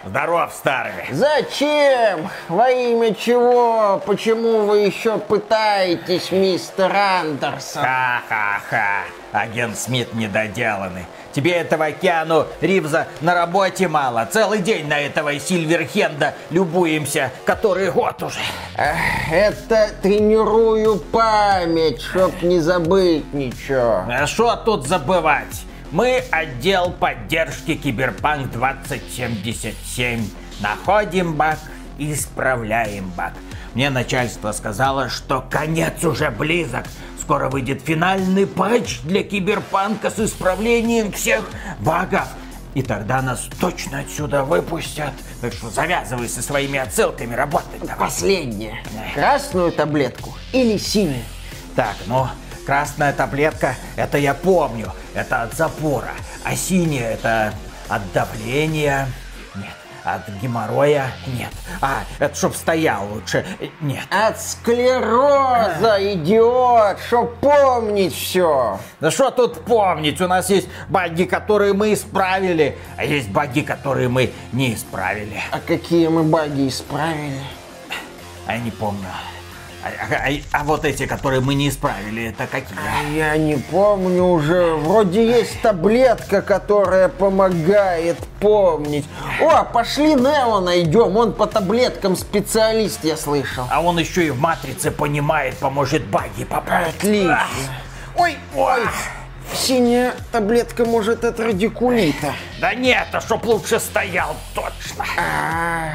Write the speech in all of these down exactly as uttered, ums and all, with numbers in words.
Здоров, старый. Зачем? Во имя чего? Почему вы еще пытаетесь, мистер Андерсон? Ха-ха-ха. Агент Смит недоделанный. Тебе этого Киану Ривза на работе мало. Целый день на этого Сильверхенда любуемся, который год уже. Это тренирую память, чтоб не забыть ничего. А что тут забывать? Мы отдел поддержки Киберпанк двадцать семьдесят семь. Находим баг, исправляем баг. Мне начальство сказало, что конец уже близок. Скоро выйдет финальный патч для Киберпанка с исправлением всех багов. И тогда нас точно отсюда выпустят. Так что завязывай со своими отсылками, работай давай. Последнее. Красную таблетку или синюю? Так, ну, красная таблетка, это я помню. Это от запора. А синяя это от давления. Нет. От геморроя? Нет. А, это чтоб стоял лучше? Нет. От склероза, идиот, чтоб помнить все. Да что тут помнить? У нас есть баги, которые мы исправили, а есть баги, которые мы не исправили. А какие мы баги исправили? А я не помню. А, а, а, а вот эти, которые мы не исправили, это какие? Я не помню уже. Вроде есть таблетка, которая помогает помнить. О, пошли Нео найдем. Он по таблеткам специалист, я слышал. А он еще и в матрице понимает, поможет баги поправить. Отлично. Ой, ой. Синяя таблетка может от радикулита. Да нет, а чтоб лучше стоял, точно. А-а-а.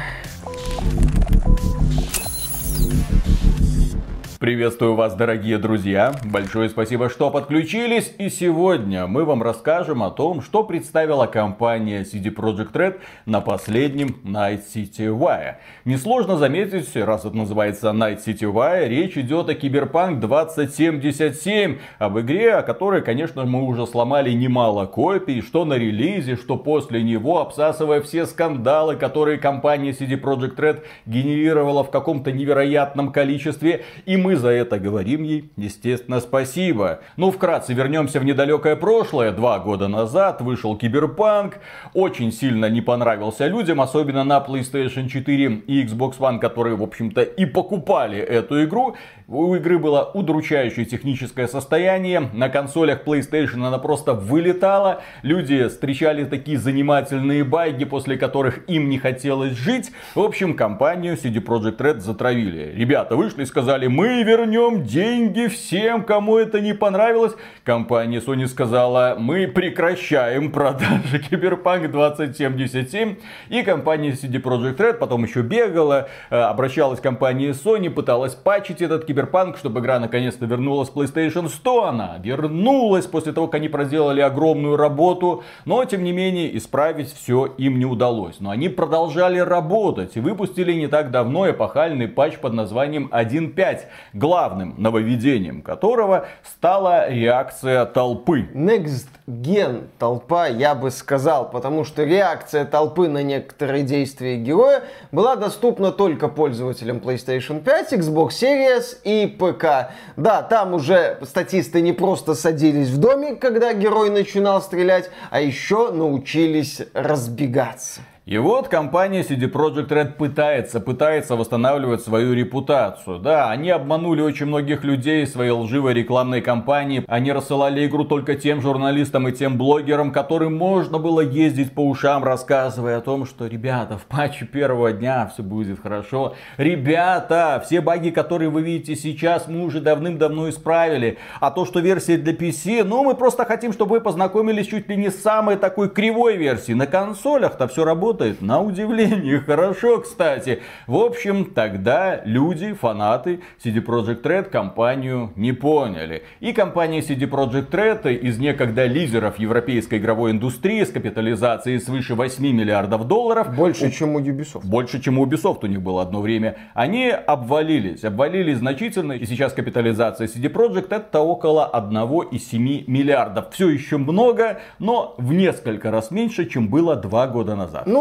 Приветствую вас, дорогие друзья. Большое спасибо, что подключились. И сегодня мы вам расскажем о том, что представила компания си ди Projekt Red на последнем Night City Wire. Несложно заметить, раз это называется Night City Wire, речь идет о Киберпанк двадцать семьдесят семь. Об игре, о которой, конечно, мы уже сломали немало копий, что на релизе, что после него, обсасывая все скандалы, которые компания си ди Projekt Red генерировала в каком-то невероятном количестве. И мы за это говорим ей, естественно, спасибо. Ну, вкратце вернемся в недалекое прошлое. Два года назад вышел Киберпанк. Очень сильно не понравился людям, особенно на PlayStation четыре и Xbox One, которые, в общем-то, и покупали эту игру. У игры было удручающее техническое состояние. На консолях PlayStation она просто вылетала. Люди встречали такие занимательные баги, после которых им не хотелось жить. В общем, компанию си ди Projekt Red затравили. Ребята вышли и сказали: мы вернем деньги всем, кому это не понравилось. Компания Sony сказала: мы прекращаем продажи Киберпанк двадцать семьдесят семь. И компания си ди Projekt Red потом еще бегала, обращалась к компании Sony, пыталась патчить этот Киберпанк. Киберпанк, чтобы игра наконец-то вернулась в PlayStation сто. Она вернулась после того, как они проделали огромную работу. Но, тем не менее, исправить все им не удалось. Но они продолжали работать и выпустили не так давно эпохальный патч под названием один точка пять. Главным нововведением которого стала реакция толпы. Next Gen толпа, я бы сказал. Потому что реакция толпы на некоторые действия героя была доступна только пользователям PlayStation пять, Xbox Series и ПК. Да, там уже статисты не просто садились в домик, когда герой начинал стрелять, а еще научились разбегаться. И вот компания си ди Projekt Red пытается, пытается восстанавливать свою репутацию. Да, они обманули очень многих людей своей лживой рекламной кампанией. Они рассылали игру только тем журналистам и тем блогерам, которым можно было ездить по ушам, рассказывая о том, что, ребята, в патче первого дня все будет хорошо. Ребята, все баги, которые вы видите сейчас, мы уже давным-давно исправили. А то, что версия для пи си, ну, мы просто хотим, чтобы вы познакомились чуть ли не с самой такой кривой версией. На консолях-то все работает. На удивление хорошо, кстати. В общем, тогда люди, фанаты си ди Projekt Red компанию не поняли. И компания си ди Projekt Red из некогда лидеров европейской игровой индустрии с капитализацией свыше восьми миллиардов долларов. Больше, у... чем у Ubisoft. Больше, чем у Ubisoft у них было одно время. Они обвалились. Обвалились значительно. И сейчас капитализация си ди Projekt это около одного целых семи миллиардов. Все еще много, но в несколько раз меньше, чем было два года назад. Ну,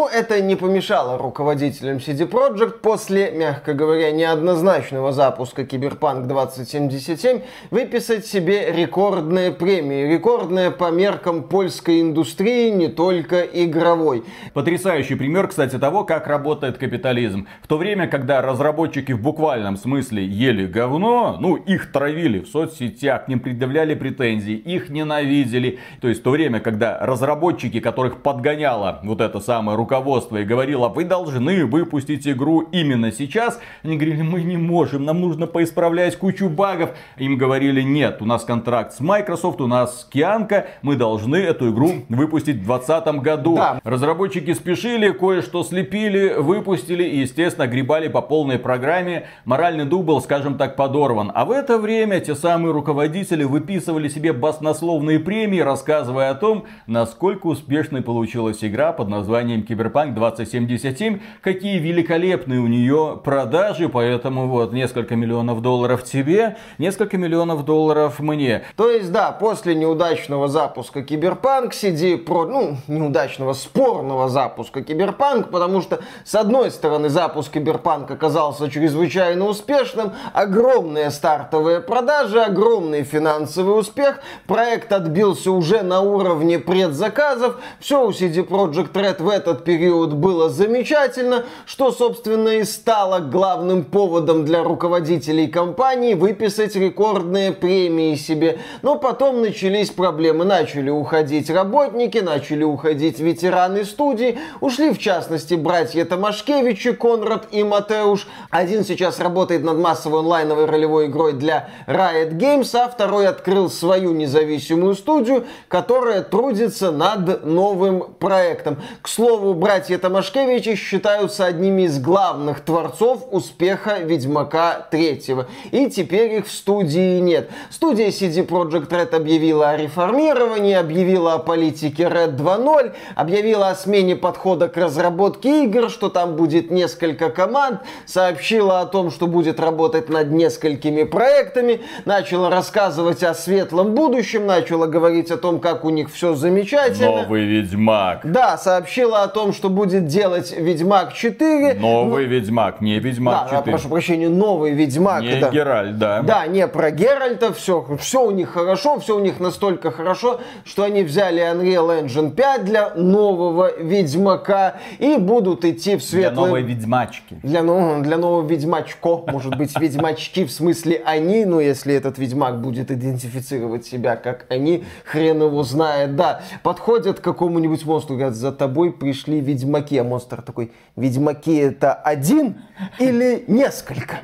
Но это не помешало руководителям си ди Projekt после, мягко говоря, неоднозначного запуска Киберпанк двадцать семьдесят семь выписать себе рекордные премии. Рекордные по меркам польской индустрии, не только игровой. Потрясающий пример, кстати, того, как работает капитализм. В то время, когда разработчики в буквальном смысле ели говно, ну, их травили в соцсетях, к ним предъявляли претензии, их ненавидели. То есть в то время, когда разработчики, которых подгоняло вот это самое руководство и говорило: вы должны выпустить игру именно сейчас, они говорили: мы не можем, нам нужно поисправлять кучу багов. Им говорили: нет, у нас контракт с Microsoft, у нас Кианка, мы должны эту игру выпустить в двадцатом году. Да. Разработчики спешили, кое-что слепили, выпустили и, естественно, гребали по полной программе. Моральный дух был, скажем так, подорван. А в это время те самые руководители выписывали себе баснословные премии, рассказывая о том, насколько успешной получилась игра под названием Киберпанк двадцать семьдесят семь, какие великолепные у нее продажи, поэтому вот несколько миллионов долларов тебе, несколько миллионов долларов мне. То есть, да, после неудачного запуска Киберпанк си ди Pro, ну, неудачного, спорного запуска Киберпанк, потому что, с одной стороны, запуск Киберпанк оказался чрезвычайно успешным, огромные стартовые продажи, огромный финансовый успех, проект отбился уже на уровне предзаказов, все у си ди Projekt Red в этот период было замечательно, что, собственно, и стало главным поводом для руководителей компании выписать рекордные премии себе. Но потом начались проблемы, начали уходить работники, начали уходить ветераны студии, ушли в частности братья Томашкевичи, Конрад и Матеуш. Один сейчас работает над массовой онлайновой ролевой игрой для Riot Games, а второй открыл свою независимую студию, которая трудится над новым проектом. К слову, братья Томашкевичи считаются одними из главных творцов успеха Ведьмака третьего. И теперь их в студии нет. Студия си ди Projekt Red объявила о реформировании, объявила о политике Red два ноль, объявила о смене подхода к разработке игр, что там будет несколько команд, сообщила о том, что будет работать над несколькими проектами, начала рассказывать о светлом будущем, начала говорить о том, как у них все замечательно. Новый Ведьмак. Да, сообщила о том, что будет делать Ведьмак четыре. Новый но... Ведьмак, не Ведьмак да, четыре. Прошу прощения, новый Ведьмак. Не да. Геральт, да. Да, не про Геральта, все, все у них хорошо, все у них настолько хорошо, что они взяли Unreal Engine пять для нового Ведьмака и будут идти в светлый... Для новой Ведьмачки. Для, ну, для нового Ведьмачко, может быть, Ведьмачки, в смысле они, ну, если этот Ведьмак будет идентифицировать себя как они, хрен его знает, да. Подходят к какому-нибудь монстру, говорят: за тобой пришли ведьмаки, а монстр такой: ведьмаки это один или несколько?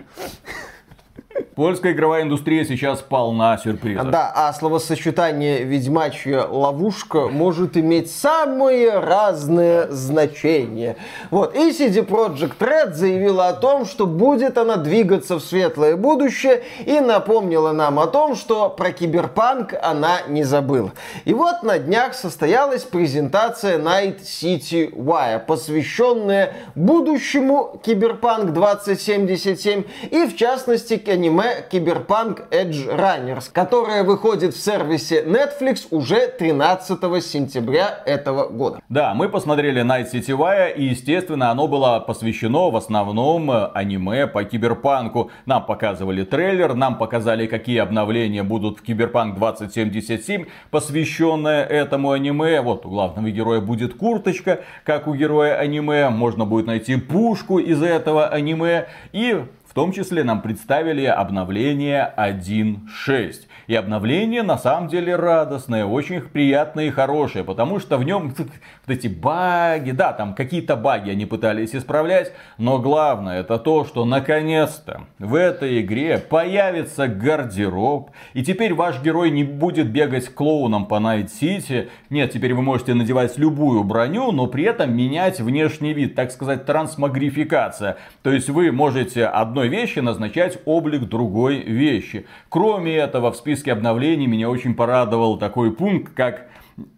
Польская игровая индустрия сейчас полна сюрпризов. Да, а словосочетание «ведьмачья ловушка» может иметь самые разные значения. Вот, и си ди Projekt Red заявила о том, что будет она двигаться в светлое будущее, и напомнила нам о том, что про Киберпанк она не забыла. И вот на днях состоялась презентация Night City Wire, посвященная будущему Киберпанк двадцать семьдесят семь и, в частности, к аниме Киберпанк Edge Runners, которое выходит в сервисе Netflix уже тринадцатого сентября этого года. Да, мы посмотрели Night City Wire, и, естественно, оно было посвящено в основном аниме по Киберпанку. Нам показывали трейлер, нам показали, какие обновления будут в Киберпанк двадцать семьдесят семь, посвященное этому аниме. Вот у главного героя будет курточка, как у героя аниме. Можно будет найти пушку из этого аниме. И в том числе нам представили обновление один точка шесть. И обновление на самом деле радостное, очень приятное и хорошее, потому что в нем вот эти баги, да, там какие-то баги они пытались исправлять, но главное это то, что наконец-то в этой игре появится гардероб, и теперь ваш герой не будет бегать клоуном по Найт-Сити. Нет, теперь вы можете надевать любую броню, но при этом менять внешний вид, так сказать, трансмогрификация. То есть вы можете одной вещи назначать облик другой вещи. Кроме этого, в списке обновлений меня очень порадовал такой пункт, как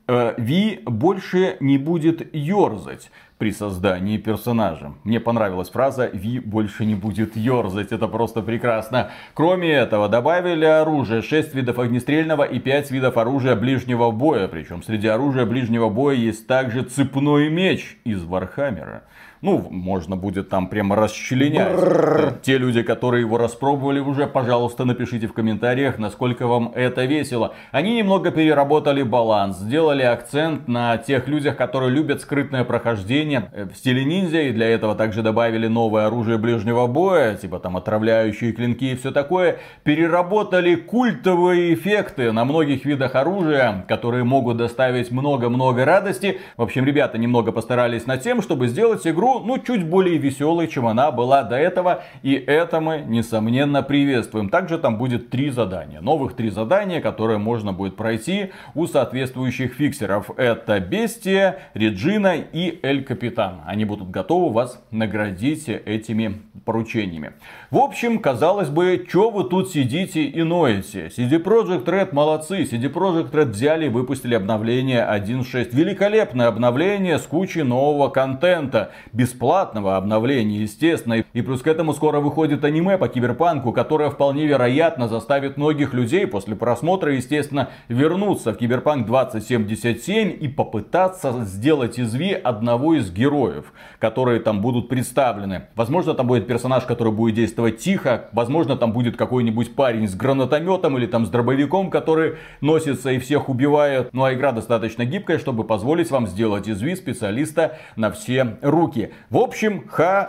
Ви больше не будет ерзать при создании персонажа. Мне понравилась фраза «Ви больше не будет ерзать». Это просто прекрасно. Кроме этого, добавили оружие. шесть видов огнестрельного и пять видов оружия ближнего боя. Причем среди оружия ближнего боя есть также цепной меч из Вархаммера. Ну, можно будет там прямо расчленять. Бррр. Те люди, которые его распробовали уже, пожалуйста, напишите в комментариях, насколько вам это весело. Они немного переработали баланс, сделали акцент на тех людях, которые любят скрытное прохождение в стиле ниндзя. И для этого также добавили новое оружие ближнего боя, типа там отравляющие клинки и все такое. Переработали культовые эффекты на многих видах оружия, которые могут доставить много-много радости. В общем, ребята немного постарались над тем, чтобы сделать игру ну, чуть более веселой, чем она была до этого. И это мы, несомненно, приветствуем. Также там будет три задания. Новых три задания, которые можно будет пройти у соответствующих фиксеров. Это Бестия, Реджина и Эль Капитан. Они будут готовы вас наградить этими поручениями. В общем, казалось бы, что вы тут сидите и ноете? си ди Projekt Red молодцы. си ди Projekt Red взяли и выпустили обновление один точка шесть. Великолепное обновление с кучей нового контента. Бесплатного обновления, естественно. И плюс к этому скоро выходит аниме по Киберпанку, которое вполне вероятно заставит многих людей после просмотра, естественно, вернуться в Киберпанк двадцать семьдесят семь и попытаться сделать из Ви одного из героев, которые там будут представлены. Возможно, там будет персонаж, который будет действовать тихо. Возможно, там будет какой-нибудь парень с гранатометом или там с дробовиком, который носится и всех убивает. Ну а игра достаточно гибкая, чтобы позволить вам сделать из Ви специалиста на все руки. В общем,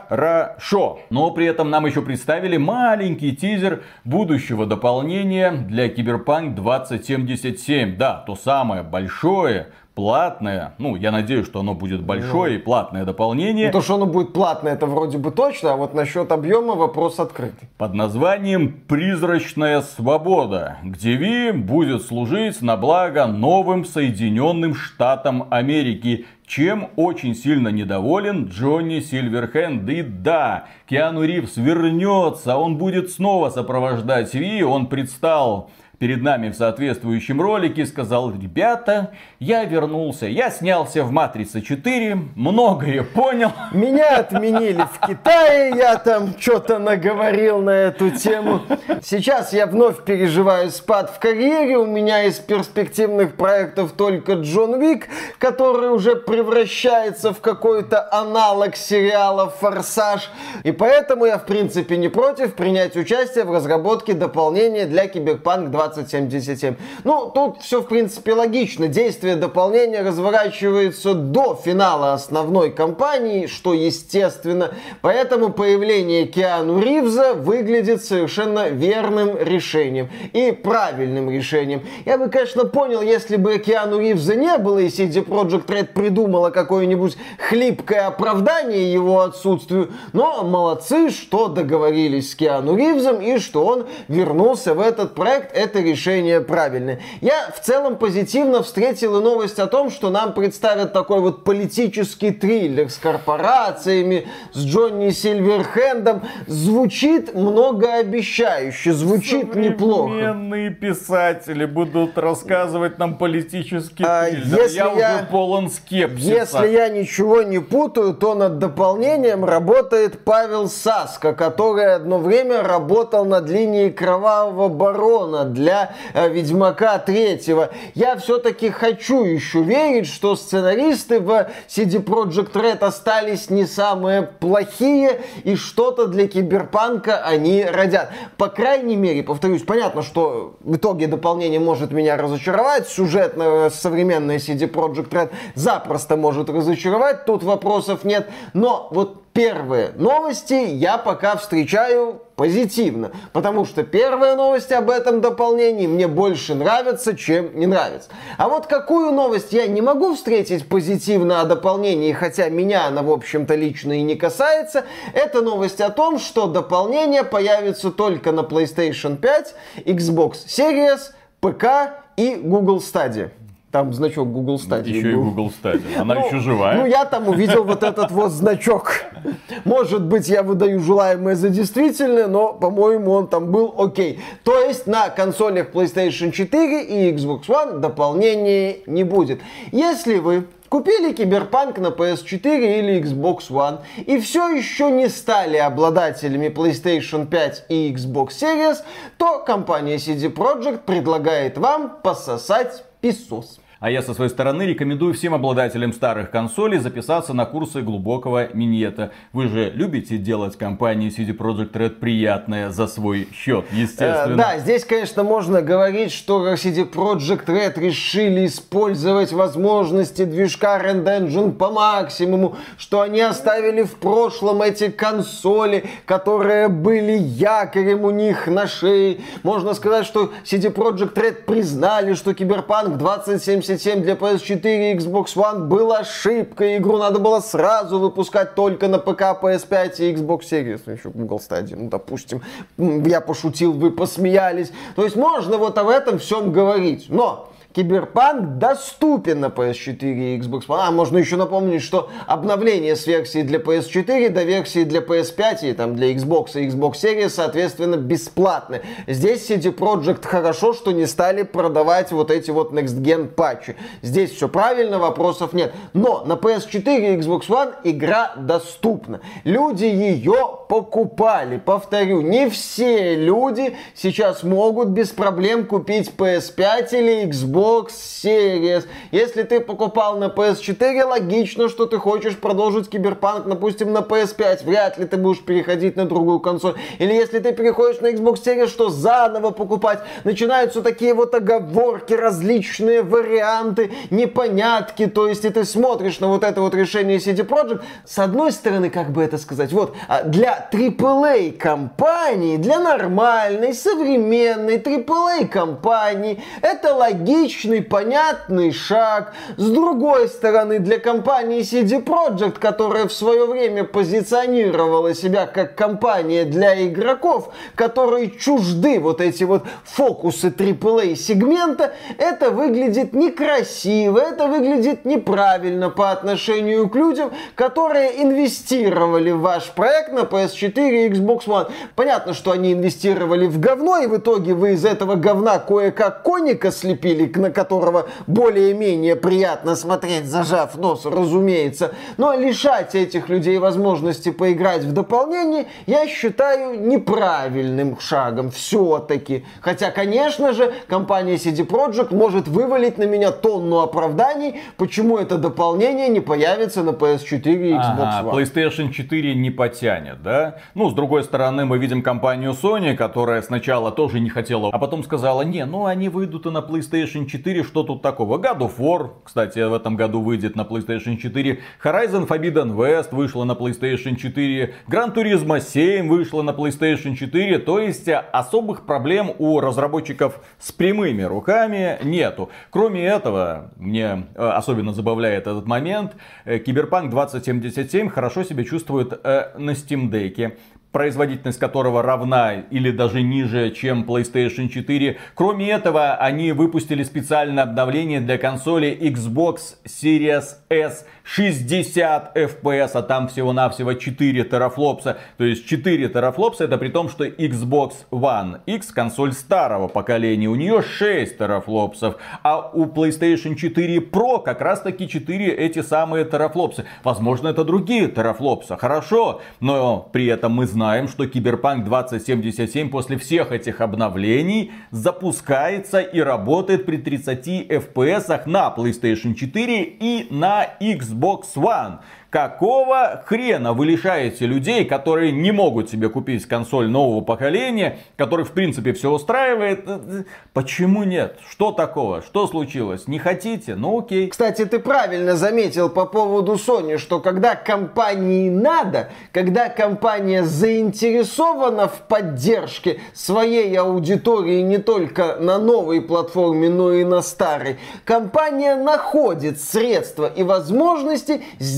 хорошо. Но при этом нам еще представили маленький тизер будущего дополнения для Киберпанк двадцать семьдесят семь. Да, то самое большое, платное, ну, я надеюсь, что оно будет большое ну, и платное дополнение. Ну, то, что оно будет платное, это вроде бы точно, а вот насчет объема вопрос открытый. Под названием «Призрачная свобода», где Ви будет служить на благо новым Соединенным Штатам Америки, чем очень сильно недоволен Джонни Сильверхенд. И да, Киану Ривз вернется, он будет снова сопровождать Ви, он предстал перед нами в соответствующем ролике, сказал: ребята, я вернулся, я снялся в Матрице четыре, многое понял. Меня отменили в Китае, я там что-то наговорил на эту тему. Сейчас я вновь переживаю спад в карьере, у меня из перспективных проектов только Джон Уик, который уже превращается в какой-то аналог сериала «Форсаж». И поэтому я в принципе не против принять участие в разработке дополнения для Киберпанк двадцать семьдесят семь. Ну, тут все в принципе логично. Действие дополнения разворачивается до финала основной кампании, что естественно. Поэтому появление Киану Ривза выглядит совершенно верным решением и правильным решением. Я бы, конечно, понял, если бы Киану Ривза не было и си ди Projekt Red придумала какое-нибудь хлипкое оправдание его отсутствию, но молодцы, что договорились с Киану Ривзом и что он вернулся в этот проект. Это решение правильное. Я в целом позитивно встретил и новость о том, что нам представят такой вот политический триллер с корпорациями, с Джонни Сильверхендом. Звучит многообещающе, звучит неплохо. Современные писатели будут рассказывать нам политический а, триллер. Если я, я уже полон скепсиса. Если я ничего не путаю, то над дополнением работает Павел Саска, который одно время работал над линией Кровавого Барона для э, Ведьмака третьего. Я все-таки хочу еще верить, что сценаристы в си ди Projekt Red остались не самые плохие, и что-то для Киберпанка они родят. По крайней мере, повторюсь, понятно, что в итоге дополнение может меня разочаровать, сюжетно современная си ди Projekt Red запросто может разочаровать, тут вопросов нет, но вот первые новости я пока встречаю позитивно, потому что первые новости об этом дополнении мне больше нравятся, чем не нравятся. А вот какую новость я не могу встретить позитивно о дополнении, хотя меня она, в общем-то, лично и не касается, это новость о том, что дополнение появится только на PlayStation пять, Xbox Series, пэ ка и Google Stadia. Там значок Google Stadia. Еще был. и Google Stadia. Она ну, еще живая. Ну, я там увидел вот этот вот значок. Может быть, я выдаю желаемое за действительное, но, по-моему, он там был окей. То есть на консолях PlayStation четыре и Xbox One дополнения не будет. Если вы купили Киберпанк на пи эс четыре или Xbox One и все еще не стали обладателями PlayStation пять и Xbox Series, то компания си ди Projekt предлагает вам пососать песос. А я со своей стороны рекомендую всем обладателям старых консолей записаться на курсы глубокого миньета. Вы же любите делать компании си ди Projekt Red приятное за свой счет, естественно. Э, да, здесь, конечно, можно говорить, что си ди Projekt Red решили использовать возможности движка Red Engine по максимуму, что они оставили в прошлом эти консоли, которые были якорем у них на шее. Можно сказать, что си ди Projekt Red признали, что Киберпанк двадцать семьдесят семь для пи эс четыре и Xbox One был ошибкой. Игру надо было сразу выпускать только на ПК, пи эс пять и Xbox Series. Еще Google Stadia, ну, допустим. Я пошутил, вы посмеялись. То есть можно вот об этом всем говорить. Но Киберпанк доступен на пи эс четыре и Xbox One. А можно еще напомнить, что обновление с версии для пи эс четыре до версии для пи эс пять и там, для Xbox и Xbox Series, соответственно, бесплатны. Здесь си ди Projekt хорошо, что не стали продавать вот эти вот Next Gen патчи. Здесь все правильно, вопросов нет. Но на пи эс четыре и Xbox One игра доступна. Люди ее покупали. Повторю, не все люди сейчас могут без проблем купить пи эс пять или Xbox Series. Если ты покупал на пи эс четыре, логично, что ты хочешь продолжить Киберпанк, допустим, на пи эс пять. Вряд ли ты будешь переходить на другую консоль. Или если ты переходишь на Xbox Series, что заново покупать. Начинаются такие вот оговорки, различные варианты, непонятки. То есть, и ты смотришь на вот это вот решение си ди Projekt. С одной стороны, как бы это сказать, вот, для трипл эй компании, для нормальной, современной трипл эй компании, это логично, понятный шаг. С другой стороны, для компании си ди Projekt, которая в свое время позиционировала себя как компания для игроков, которые чужды вот эти вот фокусы трипл эй сегмента, это выглядит некрасиво, это выглядит неправильно по отношению к людям, которые инвестировали в ваш проект на пи эс четыре и Xbox One. Понятно, что они инвестировали в говно, и в итоге вы из этого говна кое-как коника слепили, на которого более-менее приятно смотреть, зажав нос, разумеется. Но лишать этих людей возможности поиграть в дополнение, я считаю неправильным шагом все-таки. Хотя, конечно же, компания си ди Projekt может вывалить на меня тонну оправданий, почему это дополнение не появится на пи эс четыре и Xbox ага, One. PlayStation четыре не потянет, да? Ну, с другой стороны, мы видим компанию Sony, которая сначала тоже не хотела, а потом сказала: не, ну они выйдут и на PlayStation четыре, что тут такого? God of War, кстати, в этом году выйдет на PlayStation четыре. Horizon Forbidden West вышла на PlayStation четыре. Gran Turismo семь вышла на PlayStation четыре. То есть особых проблем у разработчиков с прямыми руками нету. Кроме этого, мне особенно забавляет этот момент, Киберпанк двадцать семьдесят семь хорошо себя чувствует на Steam Deck, производительность которого равна или даже ниже, чем PlayStation четыре. Кроме этого, они выпустили специальное обновление для консоли Xbox Series S шестьдесят эф пи эс, а там всего-навсего четыре терафлопса. То есть четыре терафлопса, это при том, что Xbox One X, консоль старого поколения, у нее шесть терафлопсов. А у PlayStation четыре Pro как раз таки четыре эти самые терафлопсы. Возможно, это другие терафлопсы, хорошо. Но при этом мы знаем, что Киберпанк двадцать семьдесят семь после всех этих обновлений запускается и работает при тридцати эф пи эс на PlayStation четыре и на Xbox One. Какого хрена вы лишаете людей, которые не могут себе купить консоль нового поколения, который в принципе все устраивает? Почему нет? Что такого? Что случилось? Не хотите? Ну окей. Кстати, ты правильно заметил по поводу Sony, что когда компании надо, когда компания заинтересована в поддержке своей аудитории не только на новой платформе, но и на старой, компания находит средства и возможности сделать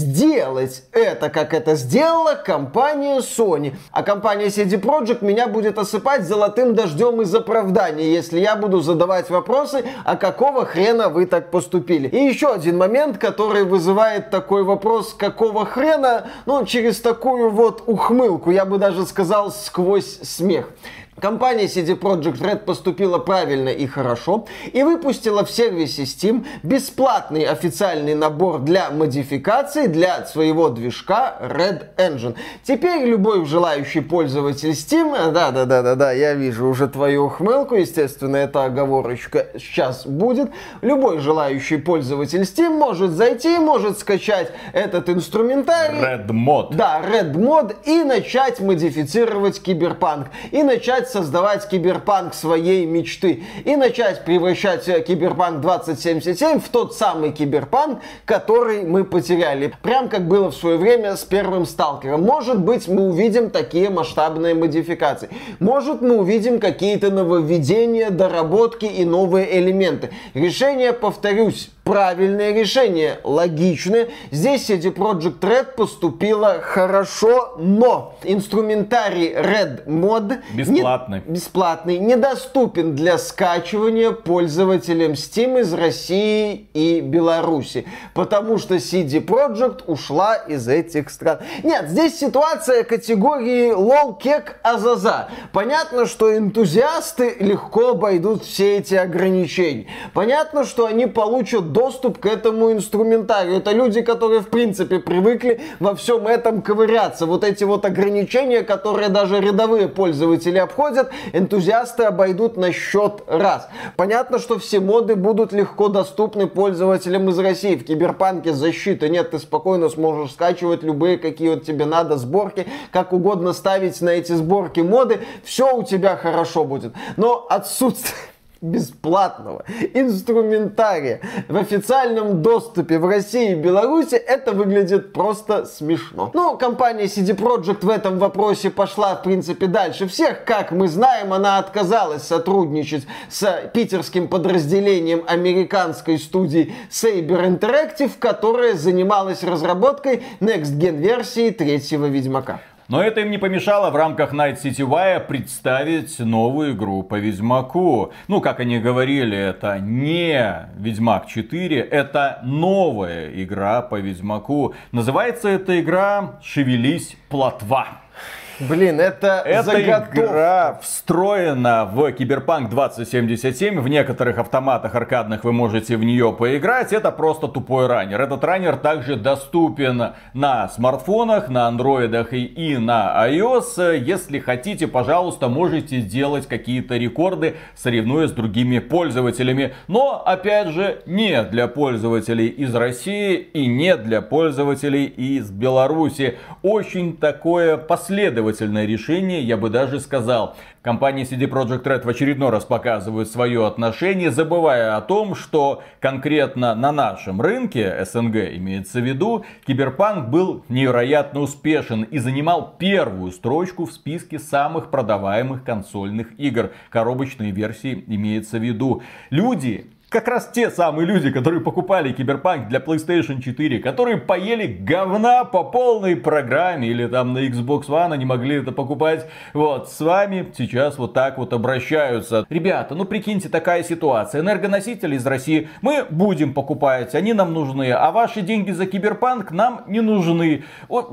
сделать это, как это сделала компания Sony. А компания си ди Projekt меня будет осыпать золотым дождем из оправданий, если я буду задавать вопросы, а какого хрена вы так поступили. И еще один момент, который вызывает такой вопрос, какого хрена, ну, через такую вот ухмылку, я бы даже сказал, сквозь смех. Компания си ди Projekt Red поступила правильно и хорошо и выпустила в сервисе Steam бесплатный официальный набор для модификаций для своего движка Red Engine. Теперь любой желающий пользователь Steam, да-да-да-да-да, я вижу уже твою ухмылку, естественно, эта оговорочка сейчас будет, любой желающий пользователь Steam может зайти, может скачать этот инструментарий. Red Mod. Да, Red Mod и начать модифицировать Киберпанк. И начать создавать Киберпанк своей мечты. И начать превращать Киберпанк двадцать семьдесят семь в тот самый Киберпанк, который мы потеряли. Прям как было в свое время с первым Сталкером. Может быть, мы увидим такие масштабные модификации. Может, мы увидим какие-то нововведения, доработки и новые элементы. Решение, повторюсь, правильное решение, логичное. Здесь си ди Projekt Red поступила хорошо, но инструментарий Red Mod бесплатный. Не, бесплатный, недоступен для скачивания пользователям Steam из России и Беларуси, потому что си ди Projekt ушла из этих стран. Нет, здесь ситуация категории лол, кек, азаза. Понятно, что энтузиасты легко обойдут все эти ограничения. Понятно, что они получат доступ к этому инструментарию. Это люди, которые в принципе привыкли во всем этом ковыряться. Вот эти вот ограничения, которые даже рядовые пользователи обходят, энтузиасты обойдут на счет раз. Понятно, что все моды будут легко доступны пользователям из России. В Киберпанке защиты нет, ты спокойно сможешь скачивать любые, какие вот тебе надо, сборки, как угодно ставить на эти сборки моды. Все у тебя хорошо будет. Но отсутствие бесплатного инструментария в официальном доступе в России и Беларуси, это выглядит просто смешно. Ну, компания си ди Projekt в этом вопросе пошла, в принципе, дальше всех. Как мы знаем, она отказалась сотрудничать с питерским подразделением американской студии Saber Interactive, которая занималась разработкой Next Gen версии третьего Ведьмака. Но это им не помешало в рамках Night City Wire представить новую игру по Ведьмаку. Ну, как они говорили, это не Ведьмак четыре, это новая игра по Ведьмаку. Называется эта игра «Шевелись, плотва». Блин, это Эта заготовка. игра встроена в Киберпанк двадцать семьдесят семь. В некоторых автоматах аркадных вы можете в нее поиграть. Это просто тупой раннер. Этот раннер также доступен на смартфонах, на андроидах и, и на iOS. Если хотите, пожалуйста, можете делать какие-то рекорды, соревнуясь с другими пользователями. Но, опять же, не для пользователей из России и не для пользователей из Беларуси. Очень такое последовательное решение, я бы даже сказал. Компания си ди Projekt Red в очередной раз показывает свое отношение, забывая о том, что конкретно на нашем рынке, СНГ имеется в виду, Киберпанк был невероятно успешен и занимал первую строчку в списке самых продаваемых консольных игр. Коробочные версии имеется в виду. Люди... Как раз те самые люди, которые покупали Киберпанк для PlayStation четыре, которые поели говна по полной программе, или там на Xbox One они могли это покупать, вот, с вами сейчас вот так вот обращаются. Ребята, ну прикиньте, такая ситуация. Энергоносители из России мы будем покупать, они нам нужны, а ваши деньги за Киберпанк нам не нужны. Вот...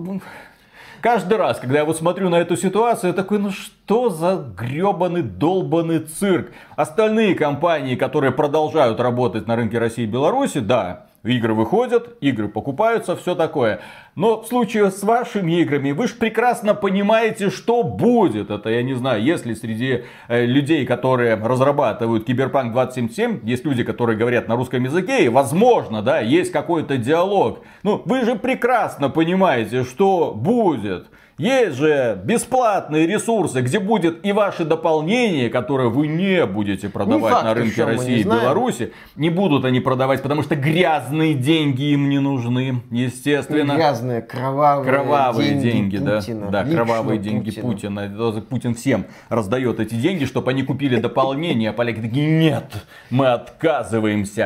Каждый раз, когда я вот смотрю на эту ситуацию, я такой, ну что за гребаный долбаный цирк. Остальные компании, которые продолжают работать на рынке России и Беларуси, да, игры выходят, игры покупаются, все такое. Но в случае с вашими играми, вы же прекрасно понимаете, что будет. Это, я не знаю, если среди э, людей, которые разрабатывают Киберпанк двадцать семьдесят семь, есть люди, которые говорят на русском языке, и возможно, да, есть какой-то диалог. Ну, вы же прекрасно понимаете, что будет. Есть же бесплатные ресурсы, где будет и ваши дополнения, которые вы не будете продавать не факт, на рынке России и Беларуси. Не будут они продавать, потому что грязные деньги им не нужны, естественно. Грязные, кровавые, кровавые деньги, деньги Путина. да, да, кровавые Путина. деньги Путина. Путин всем раздает эти деньги, чтобы они купили дополнение, а поляки такие, нет, мы отказываемся.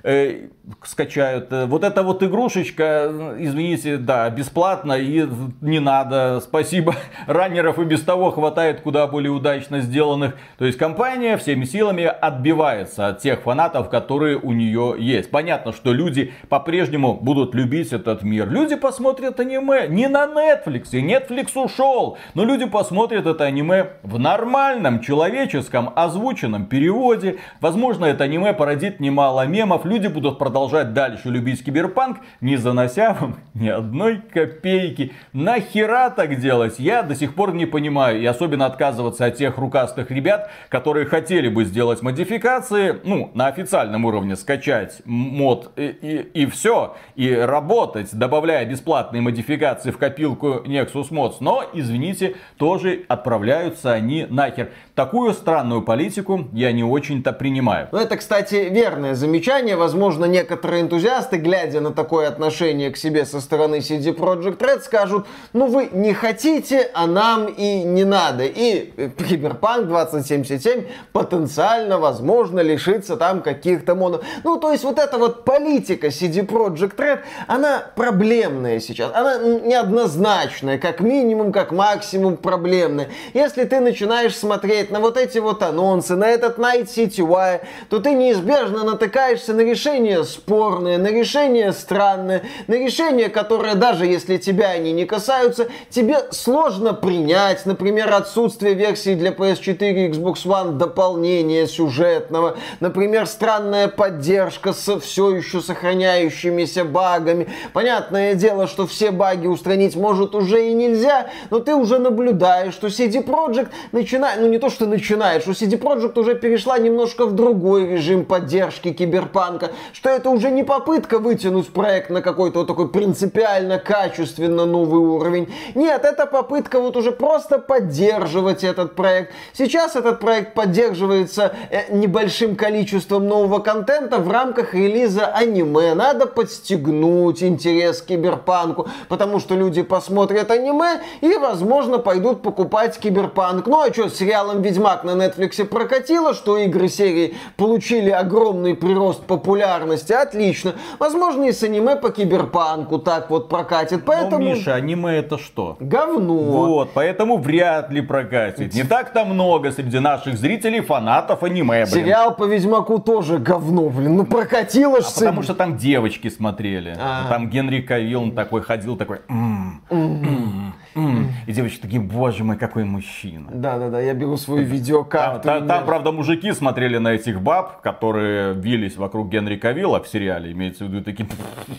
э, скачают. Вот эта вот игрушечка, извините, да, бесплатно и не надо, спасибо. Раннеров и без того хватает куда более удачно сделанных. То есть компания всеми силами отбивается от тех фанатов, которые у нее есть. Понятно, что люди по-прежнему будут любить этот мир. Люди посмотрят аниме не на Netflix. Netflix ушел. Но люди посмотрят это аниме в нормальном, человеческом, озвученном переводе. Возможно, это аниме породит немало мемов. Люди будут продолжать дальше любить Киберпанк, не занося вам ни одной копейки. Нахера так делать? Я до сих пор не понимаю. И особенно отказываться от тех рукастых ребят, которые хотели бы сделать модификации, ну, на официальном уровне скачать мод и, и, и все, и работать, добавляя бесплатные модификации в копилку Nexus Mods. Но, извините, тоже отправляются они нахер. Такую странную политику я не очень-то принимаю. Ну, это, кстати, верное замечание. Возможно, некоторые энтузиасты, глядя на такое отношение к себе со стороны си ди Projekt Red, скажут: ну вы не хотите, а нам и не надо. И Киберпанк двадцать семьдесят семь потенциально, возможно, лишится там каких-то модов. Ну, то есть вот эта вот политика си ди Projekt Red, она проблемная сейчас. Она неоднозначная, как минимум, как максимум проблемная. Если ты начинаешь смотреть на вот эти вот анонсы, на этот Night City Wire, то ты неизбежно натыкаешься на решения спорные, на решения странные, на решения, которые даже если тебя они не касаются, тебе сложно принять. Например, отсутствие версии для пи эс четыре и Xbox One дополнения сюжетного. Например, странная поддержка с все еще сохраняющимися багами. Понятное дело, что все баги устранить может уже и нельзя, но ты уже наблюдаешь, что си ди Projekt начинает, ну не то, что начинает, что си ди Projekt уже перешла немножко в другой режим поддержки Киберпанка, что это уже не попытка вытянуть проект на какой-то вот такой принципиально качественно новый уровень. Нет, это попытка вот уже просто поддерживать этот проект. Сейчас этот проект поддерживается э, небольшим количеством нового контента в рамках релиза аниме. Надо подстегнуть интерес к Киберпанку, потому что люди посмотрят аниме и, возможно, пойдут покупать Киберпанк. Ну а что, с сериалом Ведьмак на Netflix прокатило, что игры серии получили огромный прирост популярности? Отлично. Возможно, и с аниме по Киберпанку так вот прокатит. Поэтому... Но, Миша, аниме это что? Говно. Вот, поэтому вряд ли прокатит. Не так-то много среди наших зрителей фанатов аниме, блин. Сериал по Ведьмаку тоже говно, блин. Ну прокатило ж. А потому что там девочки смотрели. А-а-а. Там Генри Кавилл, он такой ходил, такой... М-м, м-м, м-м. И девочки такие: боже мой, какой мужчина. Да-да-да, я беру свою видеокарту. Там, там, там, правда, мужики смотрели на этих баб, которые вились вокруг Генри Кавилла в сериале. Имеется в виду такие...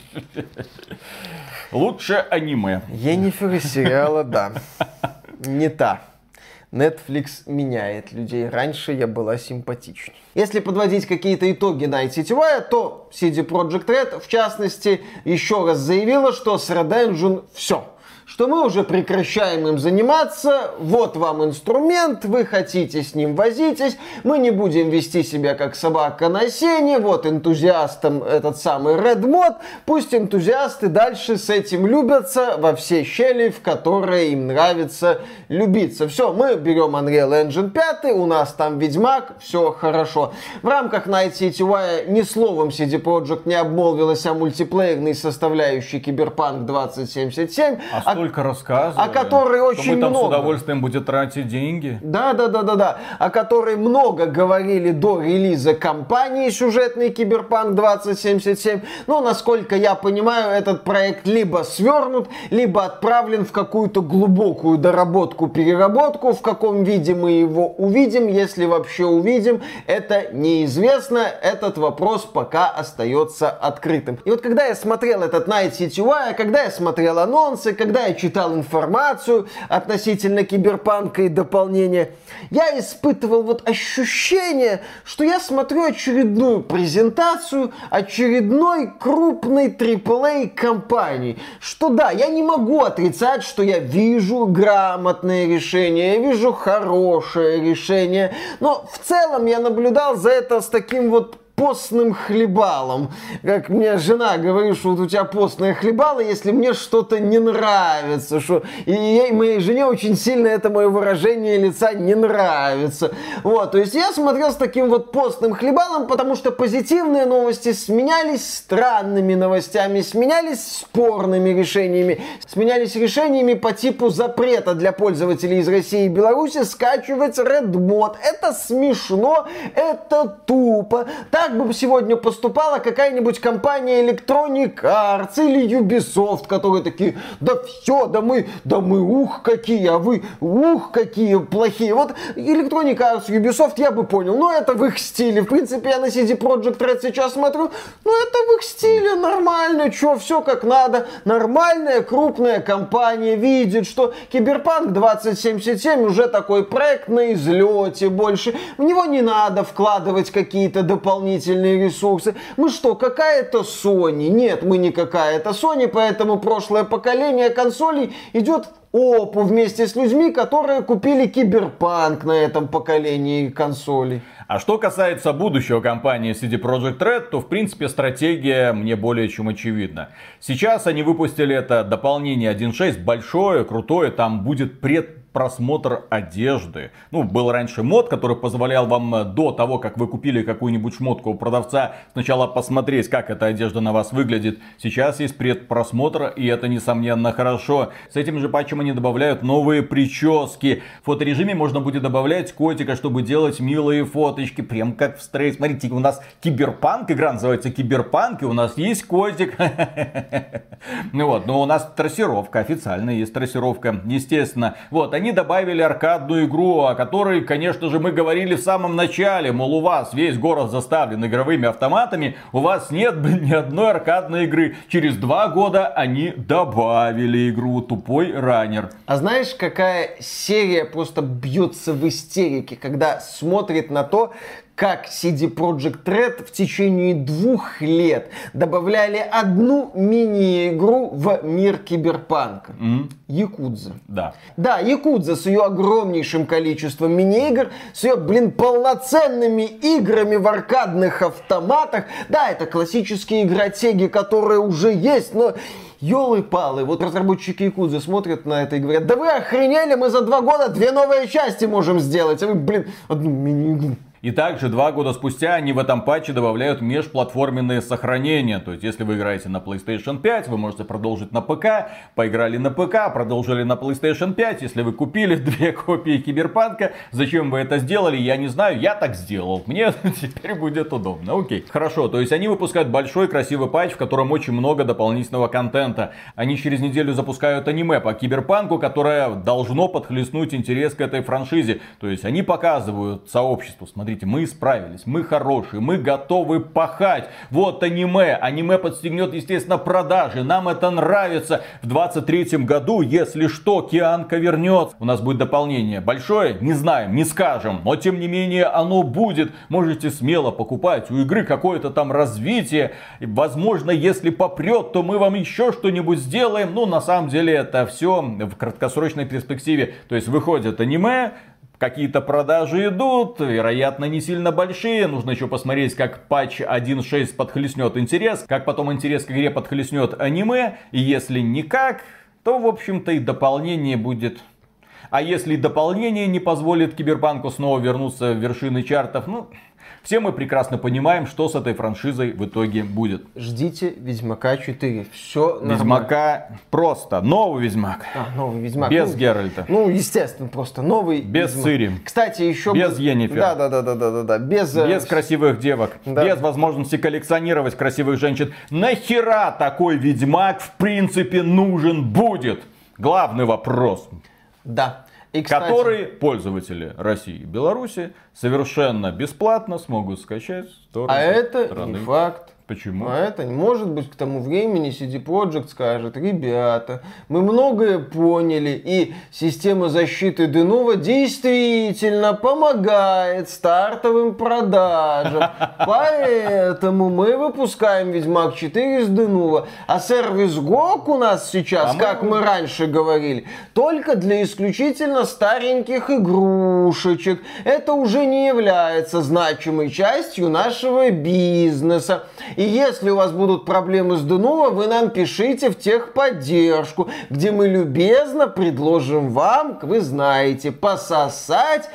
Лучше аниме. Енифер из сериала, да. Не та. Netflix меняет людей. Раньше я была симпатичней. Если подводить какие-то итоги Night City Wire, то си ди Projekt Red, в частности, еще раз заявила, что с Red Engine все. Что мы уже прекращаем им заниматься, вот вам инструмент, вы хотите с ним возитесь, мы не будем вести себя как собака на сене, вот энтузиастам этот самый Red Mod, пусть энтузиасты дальше с этим любятся во все щели, в которые им нравится любиться. Все, мы берем Unreal Engine пять, у нас там Ведьмак, все хорошо. В рамках Night City Wire ни словом си ди Projekt не обмолвилась о мультиплеерной составляющей Киберпанк двадцать семьдесят семь. А Только рассказывали, о которой очень мы там много. С удовольствием будет тратить деньги. Да, да, да, да, да. О которой много говорили до релиза кампании сюжетной Киберпанк двадцать семьдесят семь. Но, насколько я понимаю, этот проект либо свернут, либо отправлен в какую-то глубокую доработку, переработку. В каком виде мы его увидим, если вообще увидим, это неизвестно. Этот вопрос пока остается открытым. И вот когда я смотрел этот Night City Wire, когда я смотрел анонсы, когда я читал информацию относительно Киберпанка и дополнения, я испытывал вот ощущение, что я смотрю очередную презентацию очередной крупной трипл эй компании. Что да, я не могу отрицать, что я вижу грамотное решение, я вижу хорошее решение, но в целом я наблюдал за это с таким вот постным хлебалом. Как мне жена говорит, что вот у тебя постное хлебало, если мне что-то не нравится. Что... И ей, моей жене очень сильно это мое выражение лица не нравится. Вот, то есть я смотрел с таким вот постным хлебалом, потому что позитивные новости сменялись странными новостями, сменялись спорными решениями, сменялись решениями по типу запрета для пользователей из России и Беларуси скачивать Red Mod. Это смешно, это тупо. Так бы сегодня поступала какая-нибудь компания Electronic Arts или Ubisoft, которые такие: да все, да мы, да мы ух какие, а вы ух какие плохие. Вот Electronic Arts, Ubisoft я бы понял, но это в их стиле. В принципе, я на си ди Projekt Red сейчас смотрю, ну это в их стиле, нормально, что, все как надо. Нормальная крупная компания видит, что Киберпанк двадцать семьдесят семь уже такой проект на излете больше. В него не надо вкладывать какие-то дополнительные ресурсы. Мы что, какая-то Sony? Нет, мы не какая-то Sony, поэтому прошлое поколение консолей идет опу вместе с людьми, которые купили Киберпанк на этом поколении консолей. А что касается будущего компании си ди Projekt Red, то в принципе стратегия мне более чем очевидна. Сейчас они выпустили это дополнение один точка шесть, большое, крутое, там будет предпросмотр одежды. Ну, был раньше мод, который позволял вам до того, как вы купили какую-нибудь шмотку у продавца, сначала посмотреть, как эта одежда на вас выглядит. Сейчас есть предпросмотр, и это несомненно хорошо. С этим же патчем они добавляют новые прически. В фоторежиме можно будет добавлять котика, чтобы делать милые фоточки, прям как в стрейт. Смотрите, у нас Киберпанк, игра называется Киберпанк, и у нас есть котик. Ну вот, но у нас трассировка, официально есть трассировка, естественно. Вот, они добавили аркадную игру, о которой, конечно же, мы говорили в самом начале. Мол, у вас весь город заставлен игровыми автоматами, у вас нет, блин, ни одной аркадной игры. Через два года они добавили игру Тупой раннер. А знаешь, какая серия просто бьется в истерике, когда смотрит на то, как си ди Projekt Red в течение двух лет добавляли одну мини-игру в мир Киберпанка. Mm. Якудза. Да. Да, Якудза с ее огромнейшим количеством мини-игр, с ее, блин, полноценными играми в аркадных автоматах. Да, это классические игротеги, которые уже есть, но... Ёлы-палы, вот разработчики Якудзы смотрят на это и говорят: да вы охренели, мы за два года две новые части можем сделать, а вы, блин, одну мини-игру. И также два года спустя они в этом патче добавляют межплатформенные сохранения. То есть, если вы играете на PlayStation пять, вы можете продолжить на ПК, поиграли на ПК, продолжили на PlayStation пять. Если вы купили две копии Киберпанка, зачем вы это сделали, я не знаю, я так сделал. Мне теперь будет удобно. Окей, хорошо, то есть они выпускают большой красивый патч, в котором очень много дополнительного контента. Они через неделю запускают аниме по Киберпанку, которое должно подхлестнуть интерес к этой франшизе. То есть, они показывают сообществу: смотрите, мы справились, мы хорошие, мы готовы пахать. Вот аниме. Аниме подстегнет, естественно, продажи. Нам это нравится. В двадцать третьем году, если что, Кианка вернется. У нас будет дополнение. Большое? Не знаем, не скажем. Но, тем не менее, оно будет. Можете смело покупать. У игры какое-то там развитие. Возможно, если попрет, то мы вам еще что-нибудь сделаем. Ну, на самом деле, это все в краткосрочной перспективе. То есть, выходит аниме, какие-то продажи идут, вероятно, не сильно большие. Нужно еще посмотреть, как патч один точка шесть подхлестнет интерес, как потом интерес к игре подхлестнет аниме. И если никак, то, в общем-то, и дополнение будет. А если дополнение не позволит Киберпанку снова вернуться в вершины чартов, ну... Все мы прекрасно понимаем, что с этой франшизой в итоге будет. Ждите Ведьмака четыре. Все нормально. Ведьмака просто. Новый Ведьмак. А, новый Ведьмак. Без ну, Геральта. Ну, естественно, просто новый Без Ведьмак. Цири. Кстати, еще... Без бы... Йеннифер. Да, да, да, да, да, да, да. Без... Без красивых девок. Да. Без возможности коллекционировать красивых женщин. Нахера такой Ведьмак в принципе нужен будет? Главный вопрос. Да. И, кстати, который пользователи России и Беларуси совершенно бесплатно смогут скачать. А это не факт. Почему? А это, может быть, к тому времени си ди Projekt скажет: ребята, мы многое поняли, и система защиты Denuvo действительно помогает стартовым продажам. Поэтому мы выпускаем Ведьмак четыре с Denuvo. А сервис джи о си у нас сейчас, а как мы... мы раньше говорили, только для исключительно стареньких игрушечек. Это уже не является значимой частью нашего бизнеса. И если у вас будут проблемы с Denuvo, вы нам пишите в техподдержку, где мы любезно предложим вам, вы знаете, пососать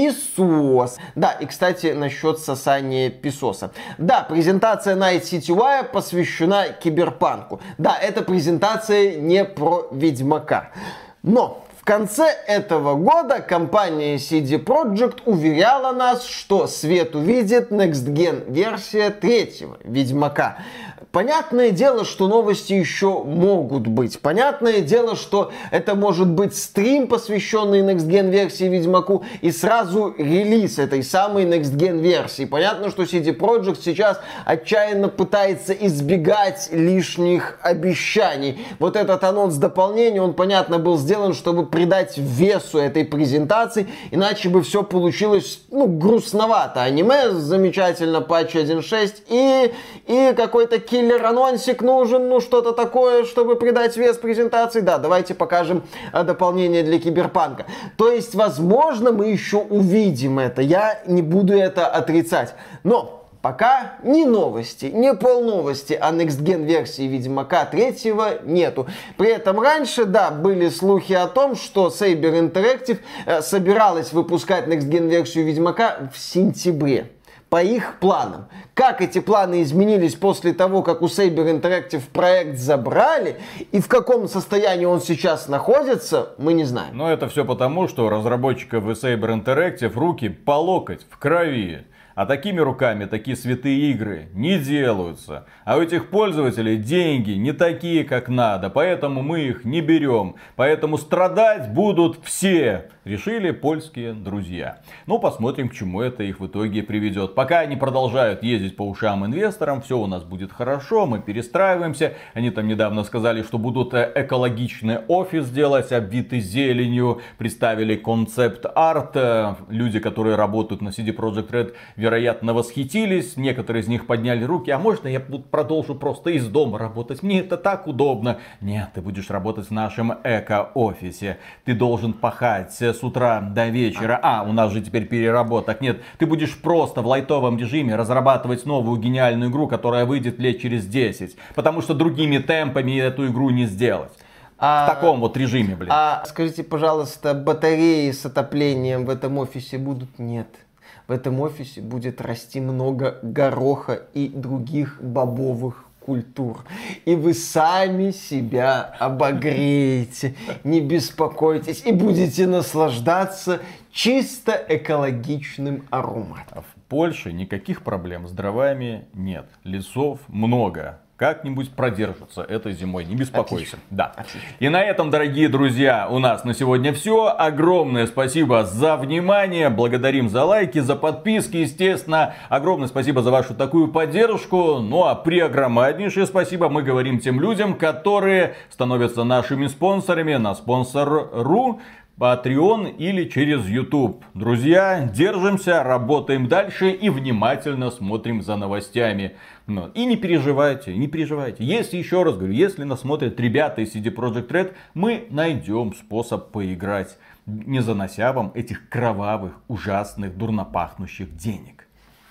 писос. Да, и, кстати, насчет сосания писоса. Да, презентация Night City Wire посвящена киберпанку. Да, эта презентация не про Ведьмака. Но в конце этого года компания си ди Projekt уверяла нас, что свет увидит Next Gen версия третьего Ведьмака. Понятное дело, что новости еще могут быть. Понятное дело, что это может быть стрим, посвященный Next Gen версии Ведьмаку, и сразу релиз этой самой Next Gen версии. Понятно, что си ди Projekt сейчас отчаянно пытается избегать лишних обещаний. Вот этот анонс дополнения, он, понятно, был сделан, чтобы придать весу этой презентации, иначе бы все получилось, ну, грустновато. Аниме замечательно, патч один точка шесть, и, и какой-то киллер-анонсик нужен, ну, что-то такое, чтобы придать вес презентации. Да, давайте покажем а, дополнение для Киберпанка. То есть, возможно, мы еще увидим это. Я не буду это отрицать. Но пока ни новости, ни полновости о Next Gen версии Ведьмака третьего нету. При этом раньше, да, были слухи о том, что Saber Interactive э, собиралась выпускать Next Gen версию Ведьмака в сентябре. По их планам. Как эти планы изменились после того, как у Saber Interactive проект забрали, и в каком состоянии он сейчас находится, мы не знаем. Но это все потому, что разработчиков и Saber Interactive руки по локоть в крови. А такими руками такие святые игры не делаются. А у этих пользователей деньги не такие, как надо. Поэтому мы их не берем. Поэтому страдать будут все. Решили польские друзья. Ну, посмотрим, к чему это их в итоге приведет. Пока они продолжают ездить по ушам инвесторам, все у нас будет хорошо, мы перестраиваемся. Они там недавно сказали, что будут экологичный офис делать, обвитый зеленью. Представили концепт-арт. Люди, которые работают на си ди Projekt Red, вероятно, восхитились. Некоторые из них подняли руки. А можно я продолжу просто из дома работать? Мне это так удобно. Нет, ты будешь работать в нашем эко-офисе. Ты должен пахать с утра до вечера. А, у нас же теперь переработок нет. Ты будешь просто в лайтовом режиме разрабатывать новую гениальную игру, которая выйдет лет через десять. Потому что другими темпами эту игру не сделать. А, в таком вот режиме, блин. А скажите, пожалуйста, батареи с отоплением в этом офисе будут? Нет. В этом офисе будет расти много гороха и других бобовых культур. И вы сами себя обогреете, не беспокойтесь, и будете наслаждаться чисто экологичным ароматом. В Польше никаких проблем с дровами нет. Лесов много. Как-нибудь продержится этой зимой, не беспокойся. Отлично. Да. Отлично. И на этом, дорогие друзья, у нас на сегодня все. Огромное спасибо за внимание. Благодарим за лайки, за подписки, естественно. Огромное спасибо за вашу такую поддержку. Ну а преогромаднейшее спасибо мы говорим тем людям, которые становятся нашими спонсорами на спонсор точка ру. Patreon или через YouTube. Друзья, держимся, работаем дальше и внимательно смотрим за новостями. Ну, и не переживайте, не переживайте. Если, еще раз говорю, если нас смотрят ребята из си ди Projekt Red, мы найдем способ поиграть, не занося вам этих кровавых, ужасных, дурнопахнущих денег.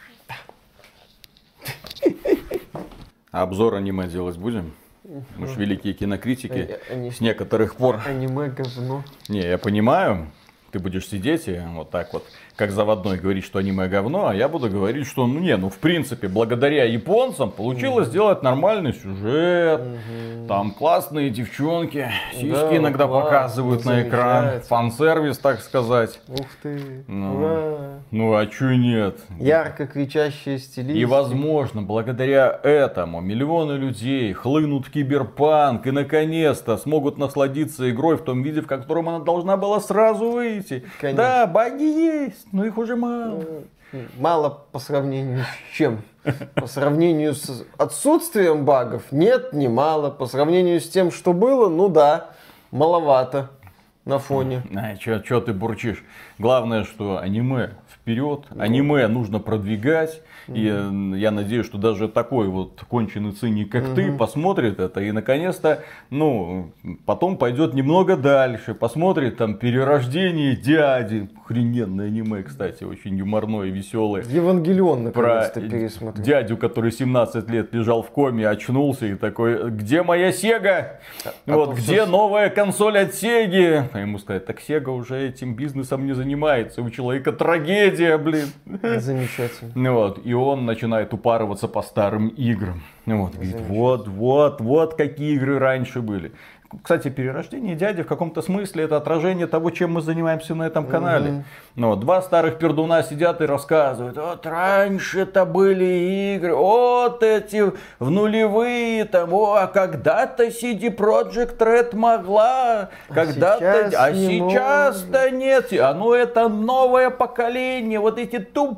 Обзор аниме делать будем? Мы же великие кинокритики Они... с некоторых пор. Аниме говно. Не, я понимаю, ты будешь сидеть и вот так вот, как заводной, говорить, что аниме говно, а я буду говорить, что, ну не, ну в принципе, благодаря японцам получилось mm-hmm. сделать нормальный сюжет. Mm-hmm. Там классные девчонки, сиськи да, иногда класс, показывают на экран. Фан-сервис, так сказать. Ух ты, ну, ура. Ну а чё нет? Ярко кричащие стилисты. И возможно, благодаря этому миллионы людей хлынут в киберпанк и наконец-то смогут насладиться игрой в том виде, в котором она должна была сразу выйти. Конечно. Да, баги есть, но их уже мало. Мало по сравнению с чем? По сравнению с отсутствием багов? Нет, не мало. По сравнению с тем, что было, ну да, маловато на фоне. А, чё ты бурчишь? Главное, что аниме вперед, аниме нужно продвигать. И я надеюсь, что даже такой вот конченый циник, как mm-hmm. ты, посмотрит это и наконец-то, ну, потом пойдет немного дальше, посмотрит там «Перерождение дяди». Охрененное аниме, кстати, очень юморное и веселое. Евангелион наконец-то Про пересмотрел. дядю, который семнадцать лет лежал в коме, очнулся и такой: где моя Сега? А вот, где все... новая консоль от Сеги? А ему сказать: так Сега уже этим бизнесом не занимается, у человека трагедия, блин. Замечательно. Вот, и он начинает упарываться по старым играм. Вот, говорит: вот, вот, вот какие игры раньше были. Кстати, «Перерождение дяди» в каком-то смысле это отражение того, чем мы занимаемся на этом канале. Mm-hmm. Ну, два старых пердуна сидят и рассказывают: вот раньше-то были игры, вот эти в нулевые, там, о, а когда-то си ди Projekt Red могла, а когда-то, сейчас а сейчас-то нет. А ну это новое поколение, вот эти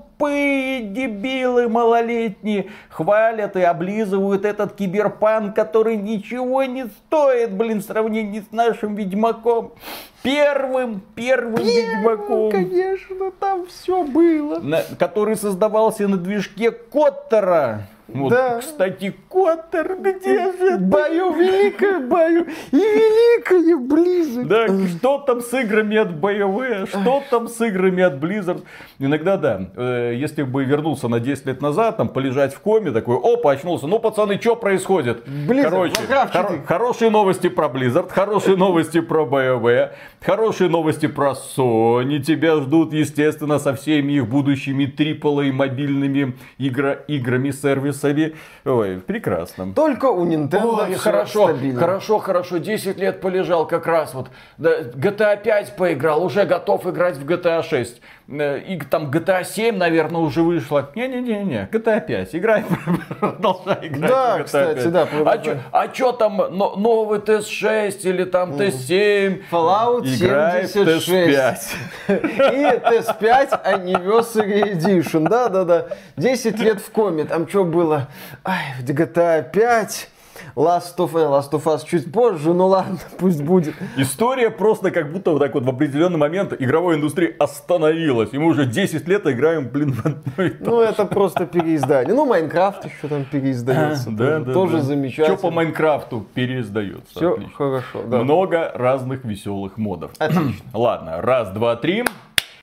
тупые дебилы малолетние хвалят и облизывают этот киберпанк, который ничего не стоит, блин, в сравнении с нашим Ведьмаком. Первым, первым, первым Ведьмаком. Конечно, там все было. На, который создавался на движке Коттера. Вот, да. Кстати, Коттер, где же? Бою, великая бою и великая Blizzard. Да, что там с играми от BioWare, что там с играми от Blizzard. Иногда, да, э, если бы вернулся на десять лет назад, там, полежать в коме, такой: опа, очнулся, ну, пацаны, что происходит? Blizzard, короче, хор- хорошие новости про Blizzard, хорошие новости про BioWare, хорошие новости про Sony. Тебя ждут, естественно, со всеми их будущими трипл эй мобильными игра- играми, сервисами. Ой, прекрасно. Только у Nintendo. Ой, хорошо, стабильно. хорошо, хорошо. десять лет полежал как раз вот. Да, джи ти эй пять поиграл, уже готов играть в джи ти эй шесть. И там джи ти эй семь, наверное, уже вышло. Не-не-не-не, джи ти эй пять. Играй, продолжай играть. Да, в джи ти эй пять. Кстати, да. А чё, а чё там но, новый ти эс шесть или там ти эс семь? Fallout Играй семьдесят шесть. в ти эс пять. И ти эс пять Anniversary Edition. Да-да-да. десять лет в коме. Там что было? Ай, в джи ти эй пять. Last of, Last of Us чуть позже, ну ладно, пусть будет. История просто как будто вот так вот в определенный момент игровой индустрии остановилась. И мы уже десять лет играем, блин, в одно и то. Ну это просто переиздание. Ну Майнкрафт еще там переиздается. Да, да, тоже да. замечательно. Что по Майнкрафту переиздается. Все отлично. хорошо, да. Много разных веселых модов. Отлично. Ладно, раз, два, три.